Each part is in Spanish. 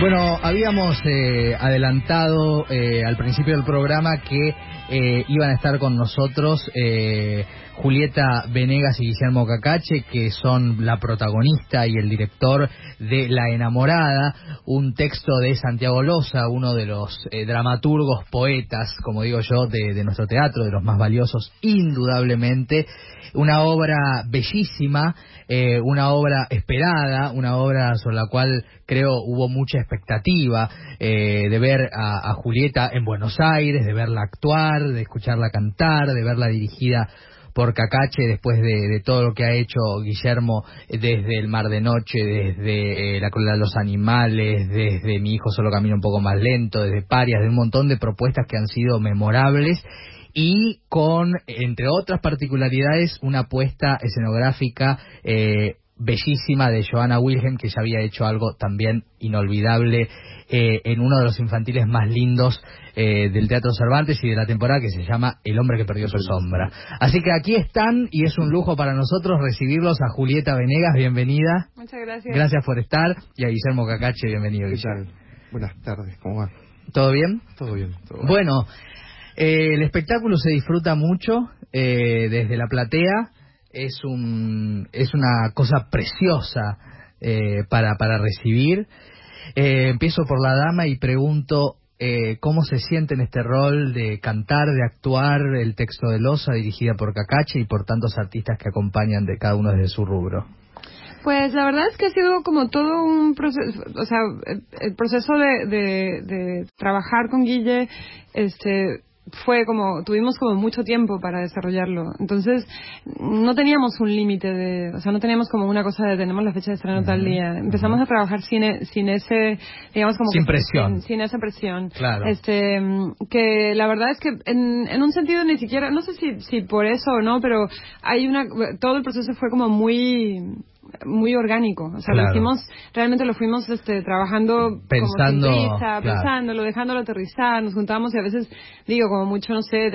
Bueno, habíamos adelantado al principio del programa que iban a estar con nosotros Julieta Venegas y Guillermo Cacache, que son la protagonista y el director de La Enamorada, un texto de Santiago Loza, uno de los dramaturgos, poetas, como digo yo, de nuestro teatro, de los más valiosos, indudablemente. Una obra bellísima, una obra esperada, una obra sobre la cual creo hubo mucha expectativa de ver a Julieta en Buenos Aires, de verla actuar, de escucharla cantar, de verla dirigida por Cacache después de todo lo que ha hecho Guillermo desde El Mar de Noche, desde La Crueldad de los Animales, desde Mi hijo solo camina un poco más lento, desde Parias, de un montón de propuestas que han sido memorables y con, entre otras particularidades, una apuesta escenográfica bellísima de Johanna Wilhelm, que ya había hecho algo también inolvidable en uno de los infantiles más lindos del Teatro Cervantes y de la temporada, que se llama El hombre que perdió su sombra. Así que aquí están y es un lujo para nosotros recibirlos a Julieta Venegas, bienvenida. Muchas gracias. Gracias por estar. Y a Guillermo Cacache, bienvenido. ¿Qué tal? Buenas tardes, ¿cómo va? ¿Todo bien? Todo bien, todo bien. Bueno, el espectáculo se disfruta mucho desde la platea. Es una cosa preciosa para recibir. Empiezo por la dama y pregunto cómo se siente en este rol de cantar, de actuar el texto de Loza, dirigida por Cacache y por tantos artistas que acompañan de cada uno desde su rubro. Pues la verdad es que ha sido como todo un proceso, o sea, el proceso de trabajar con Guille, fue como, tuvimos como mucho tiempo para desarrollarlo. Entonces, no teníamos un límite no teníamos como una cosa de tenemos la fecha de estreno tal día. Empezamos a trabajar sin ese, digamos como sin presión. Sin esa presión. Claro. Que la verdad es que en un sentido ni siquiera, no sé si por eso o no, pero todo el proceso fue como muy orgánico, o sea, claro. Realmente lo fuimos trabajando pensando, como sin prisa, claro. pensándolo, dejándolo aterrizar, nos juntábamos y a veces digo como mucho, no sé,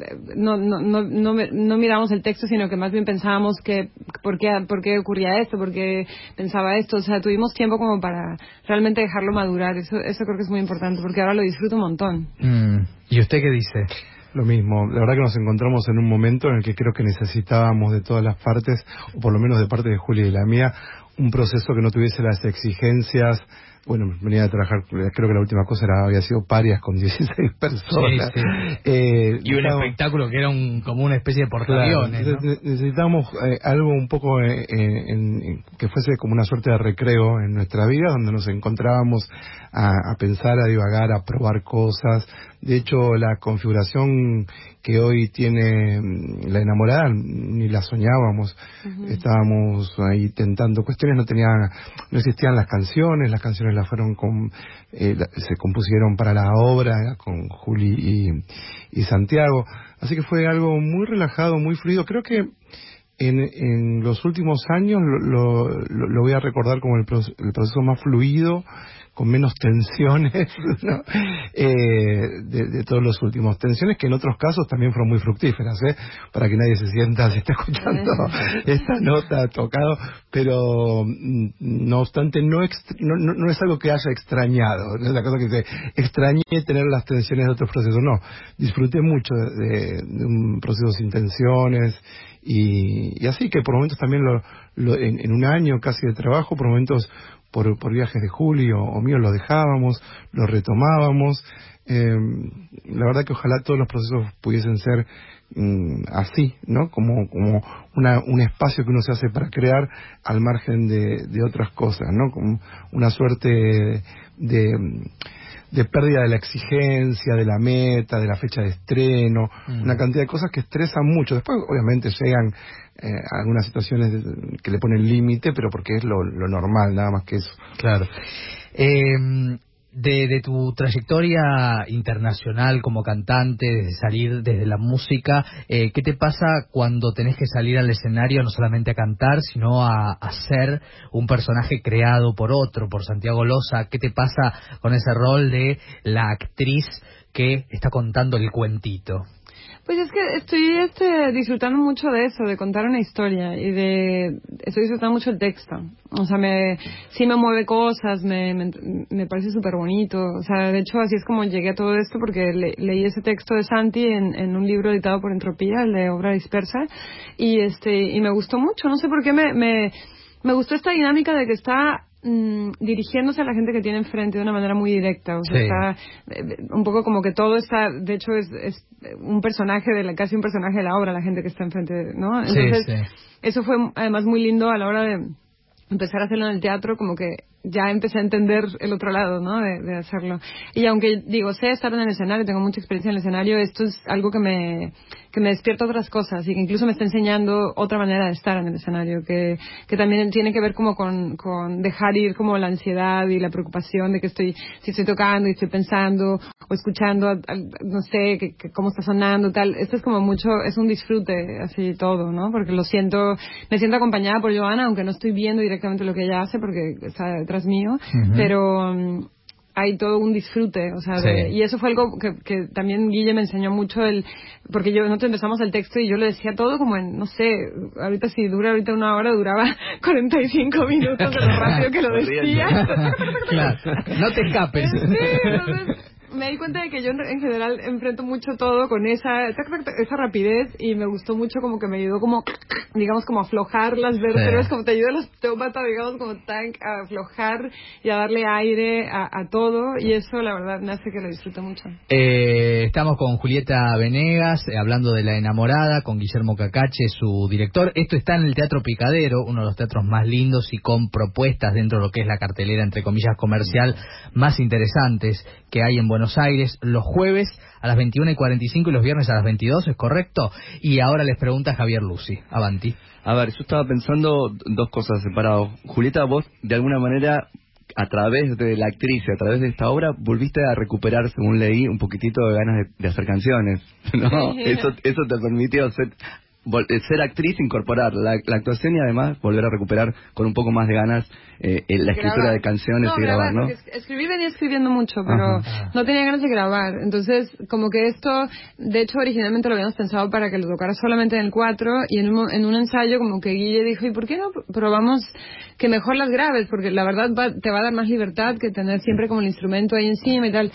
no miramos el texto, sino que más bien pensábamos que por qué ocurría esto, por qué pensaba esto, o sea, tuvimos tiempo como para realmente dejarlo madurar, eso creo que es muy importante, porque ahora lo disfruto un montón. ¿Y usted qué dice? Lo mismo, la verdad que nos encontramos en un momento en el que creo que necesitábamos de todas las partes, o por lo menos de parte de Julia y la mía, un proceso que no tuviese las exigencias. Bueno, venía a trabajar, creo que la última cosa había sido Parias con 16 personas. Sí, sí. Y un espectáculo que era como una especie de portaaviones, claro, ¿no? Necesitábamos algo un poco que fuese como una suerte de recreo en nuestra vida, donde nos encontrábamos a pensar, a divagar, a probar cosas. De hecho, la configuración que hoy tiene La Enamorada ni la soñábamos. Uh-huh. Estábamos ahí tentando cuestiones, no existían las canciones las fueron se compusieron para la obra con Juli y Santiago. Así que fue algo muy relajado, muy fluido. Creo que en los últimos años lo voy a recordar como el proceso más fluido, con menos tensiones, ¿no? De todos los últimos. Tensiones que en otros casos también fueron muy fructíferas, para que nadie se sienta, se está escuchando esta nota tocado, pero no obstante no es algo que haya extrañado, no es la cosa que se extrañé tener las tensiones de otros procesos, no. Disfruté mucho de un proceso sin tensiones y así que por momentos también en un año casi de trabajo, por momentos por viajes de Julio o mío lo dejábamos, lo retomábamos. La verdad que ojalá todos los procesos pudiesen ser así, ¿no? Como un espacio que uno se hace para crear al margen de otras cosas, ¿no? Como una suerte de pérdida de la exigencia, de la meta, de la fecha de estreno, una cantidad de cosas que estresan mucho. Después, obviamente, llegan algunas situaciones que le ponen límite, pero porque es lo normal, nada más que eso. Claro. De tu trayectoria internacional como cantante, de salir desde la música, ¿qué te pasa cuando tenés que salir al escenario no solamente a cantar, sino a ser un personaje creado por otro, por Santiago Loza? ¿Qué te pasa con ese rol de la actriz que está contando el cuentito? Pues es que estoy disfrutando mucho de eso, de contar una historia y estoy disfrutando mucho el texto. O sea, sí me mueve cosas, me parece súper bonito. O sea, de hecho así es como llegué a todo esto porque leí ese texto de Santi en un libro editado por Entropía, el de Obra Dispersa, y me gustó mucho. No sé por qué me gustó esta dinámica de que está dirigiéndose a la gente que tiene enfrente de una manera muy directa. O sea, está un poco como que todo está, de hecho es un personaje casi un personaje de la obra, la gente que está enfrente, ¿no? Entonces, eso fue además muy lindo a la hora de empezar a hacerlo en el teatro, como que ya empecé a entender el otro lado, ¿no? De hacerlo. Y aunque sé estar en el escenario, tengo mucha experiencia en el escenario, esto es algo que me despierta otras cosas y que incluso me está enseñando otra manera de estar en el escenario, que también tiene que ver como con dejar ir como la ansiedad y la preocupación de que si estoy tocando y estoy pensando o escuchando, no sé, cómo está sonando, tal. Esto es como mucho, es un disfrute así todo, ¿no? Porque me siento acompañada por Joana, aunque no estoy viendo directamente lo que ella hace porque está detrás mío, pero hay todo un disfrute, o sea, y eso fue algo que también Guille me enseñó mucho, porque nosotros empezamos el texto y yo le decía todo como en, no sé, ahorita si dura una hora, duraba 45 minutos de lo rápido que lo decía. Claro, no te escapes. Sí, entonces me di cuenta de que yo en general enfrento mucho todo con esa rapidez y me gustó mucho, como que me ayudó como, digamos, como a aflojar las vértebras, como te ayuda el osteópata, digamos, como a aflojar y a darle aire a todo, y eso la verdad me hace que lo disfrute mucho. Estamos con Julieta Venegas, hablando de La Enamorada, con Guillermo Cacache, su director. Esto está en el Teatro Picadero, uno de los teatros más lindos y con propuestas dentro de lo que es la cartelera, entre comillas, comercial, más interesantes que hay en Buenos Aires, los jueves a las 21:45 y los viernes a las 22, ¿es correcto? Y ahora les pregunta Javier Lucy. Avanti. A ver, yo estaba pensando dos cosas separadas. Julieta, vos de alguna manera, a través de la actriz y a través de esta obra, volviste a recuperar, según leí, un poquitito de ganas de hacer canciones, ¿no? Eso te permitió ser actriz, incorporar la actuación y además volver a recuperar con un poco más de ganas la escritura de canciones y grabar, ¿no? Venía escribiendo mucho, pero no tenía ganas de grabar. Entonces, como que esto, de hecho, originalmente lo habíamos pensado para que lo tocara solamente en el 4, y en un ensayo como que Guille dijo, ¿y por qué no probamos que mejor las grabes? Porque la verdad te va a dar más libertad que tener siempre como el instrumento ahí encima y tal.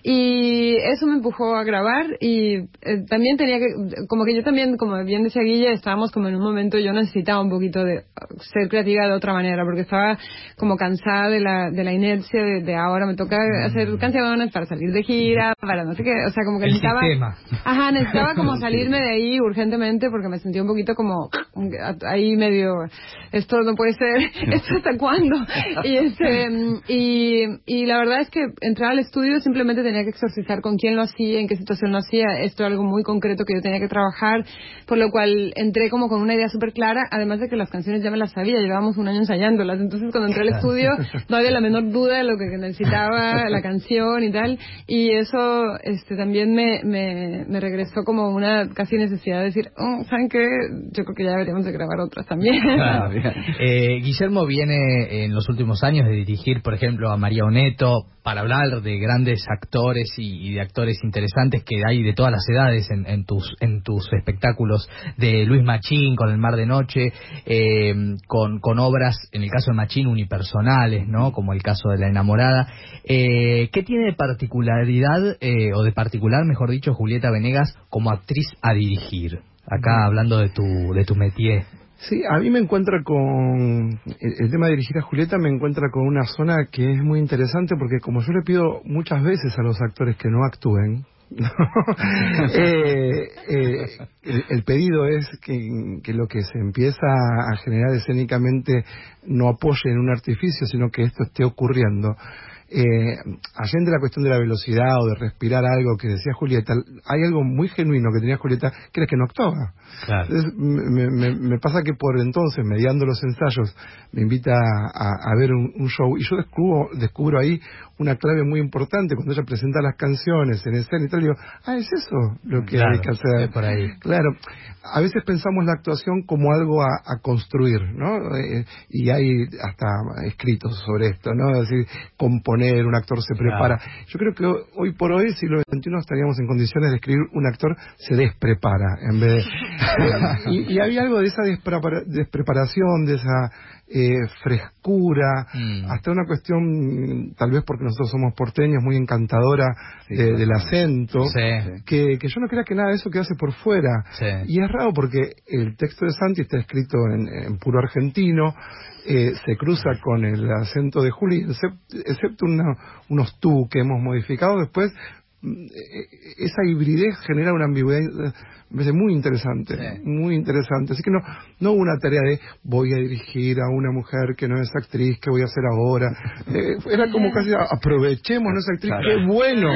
Y eso me empujó a grabar, y también tenía que, como que yo también, como bien decía Guille, estábamos como en un momento, yo necesitaba un poquito de ser creativa de otra manera, porque estaba como cansada de la inercia de ahora me toca hacer canciones para salir de gira, para no sé qué, o sea, como que necesitaba como salirme de ahí urgentemente, porque me sentía un poquito como ahí medio, esto no puede ser, ¿esto hasta cuándo? Y la verdad es que entrar al estudio simplemente tenía que exorcizar con quién lo hacía, en qué situación lo hacía. Esto era algo muy concreto que yo tenía que trabajar, por lo cual entré como con una idea súper clara, además de que las canciones ya me las sabía, llevábamos un año ensayándolas, entonces cuando entré al estudio no había la menor duda de lo que necesitaba la canción y tal, y eso también me regresó como una casi necesidad de decir, ¿saben qué? Yo creo que ya deberíamos de grabar otras también. Guillermo viene en los últimos años de dirigir, por ejemplo, a María Oneto, para hablar de grandes actores y de actores interesantes que hay de todas las edades en tus espectáculos, de Luis Machín con El Mar de Noche, con obras, en el caso de Machín, unipersonales, ¿no? Como el caso de La Enamorada. ¿Qué tiene de particularidad, o de particular, mejor dicho, Julieta Venegas como actriz a dirigir? Acá hablando de tu métier. Sí, a mí me encuentra con el tema de dirigir a Julieta, me encuentra con una zona que es muy interesante, porque como yo le pido muchas veces a los actores que no actúen, el pedido es que lo que se empieza a generar escénicamente no apoye en un artificio, sino que esto esté ocurriendo. Allende la cuestión de la velocidad o de respirar algo que decía Julieta, hay algo muy genuino que tenía Julieta, que era que no actuaba. Claro. Entonces, me pasa que por entonces, mediando los ensayos, me invita a ver un show, y yo descubro ahí una clave muy importante. Cuando ella presenta las canciones en escena y tal, digo, es eso lo que hay que hacer. Es por ahí. Claro, a veces pensamos la actuación como algo a construir, ¿no? Y hay hasta escritos sobre esto, ¿no? Es decir, componer exponer, un actor se prepara. Yo creo que hoy por hoy, siglo XXI, estaríamos en condiciones de escribir, un actor se desprepara en vez de... y había algo de esa despreparación, de esa frescura, hasta una cuestión, tal vez porque nosotros somos porteños, muy encantadora del acento, que yo no creía que nada de eso quedase por fuera. Y es raro porque el texto de Santi está escrito en puro argentino, se cruza con el acento de Juli, excepto unos tú que hemos modificado después. Esa hibridez genera una ambigüedad, me parece muy interesante, muy interesante. Así que no hubo una tarea de voy a dirigir a una mujer que no es actriz, ¿qué voy a hacer ahora? Era como casi aprovechemos esa actriz, ¡qué bueno!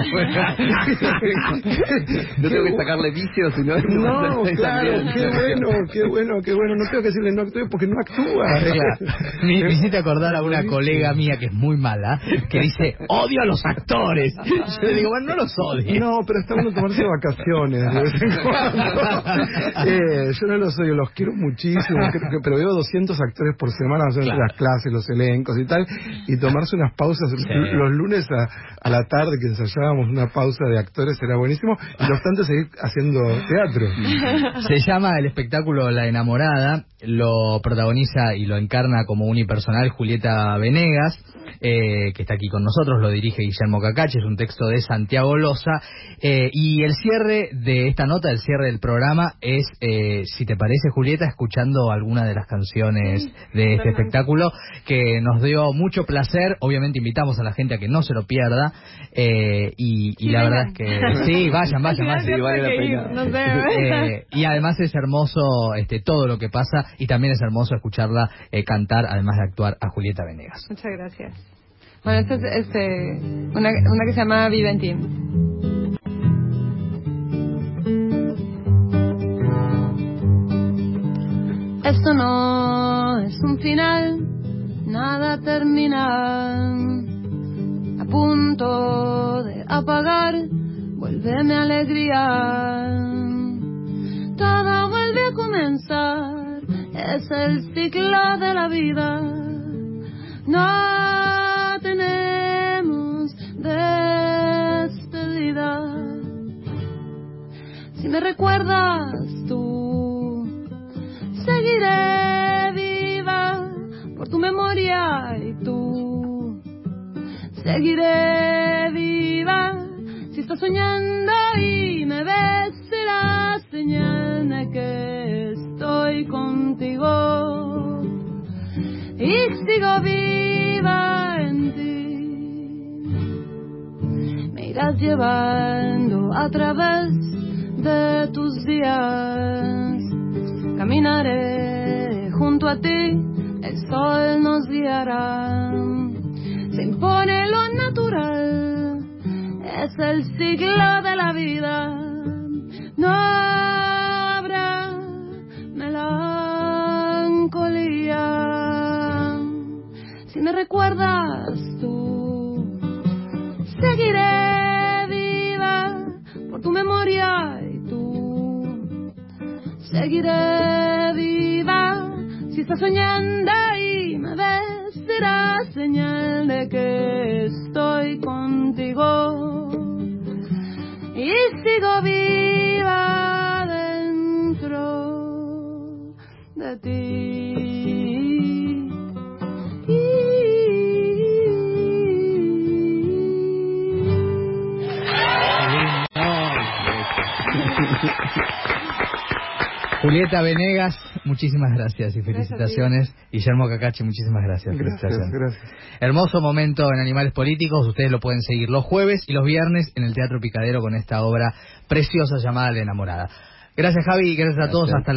No tengo que sacarle vicios, sino... No, claro, qué bueno, no tengo que decirle no actúe porque no actúa. Me hiciste acordar a una colega mía que es muy mala, que dice, odio a los actores. Yo le digo, bueno, no los odio. No, pero está bueno tomarse vacaciones de vez en cuando. Yo no los odio, los quiero muchísimo, pero veo 200 actores por semana haciendo las clases, los elencos y tal, y tomarse unas pausas los lunes a la tarde que ensayábamos una pausa de actores era buenísimo, y no obstante seguir haciendo teatro. Se llama el espectáculo La Enamorada, lo protagoniza y lo encarna como unipersonal Julieta Venegas, que está aquí con nosotros, lo dirige Guillermo Cacache, es un texto de Santiago Loza, y el cierre de esta nota, el cierre del programa es, si te parece, Julieta, escuchando alguna de las canciones de este espectáculo, que nos dio mucho placer. Obviamente invitamos a la gente a que no se lo pierda, y la verdad es que sí, vayan, sí, vale la pena. No sé. Y además es hermoso todo lo que pasa, y también es hermoso escuclarla cantar, además de actuar, a Julieta Venegas. Muchas gracias. Bueno, esta es una que se llama Viva en Ti. Esto no es un final, nada termina. A punto de apagar, vuélveme alegría. Todo vuelve a comenzar, es el ciclo de la vida. No tenemos despedida. Si me recuerdas tú, seguiré viva por tu memoria, y tú seguiré viva. Si estás soñando y me ves, será señal de que estoy contigo y sigo viva en ti. Me irás llevando a través de tus días, caminaré junto a ti, el sol nos guiará. Se impone lo natural, es el ciclo de la vida. No habrá melancolía. Si me recuerdas tú, seguiré viva por tu memoria, y tú seguiré viva. Si estás soñando y me ves, será señal de que estoy contigo y sigo viva dentro de ti. Julieta Venegas, muchísimas gracias y felicitaciones. Guillermo Cacache, muchísimas gracias. Gracias. Hermoso momento en Animales Políticos. Ustedes lo pueden seguir los jueves y los viernes en el Teatro Picadero con esta obra preciosa llamada La Enamorada. Gracias, Javi, y gracias a todos. Hasta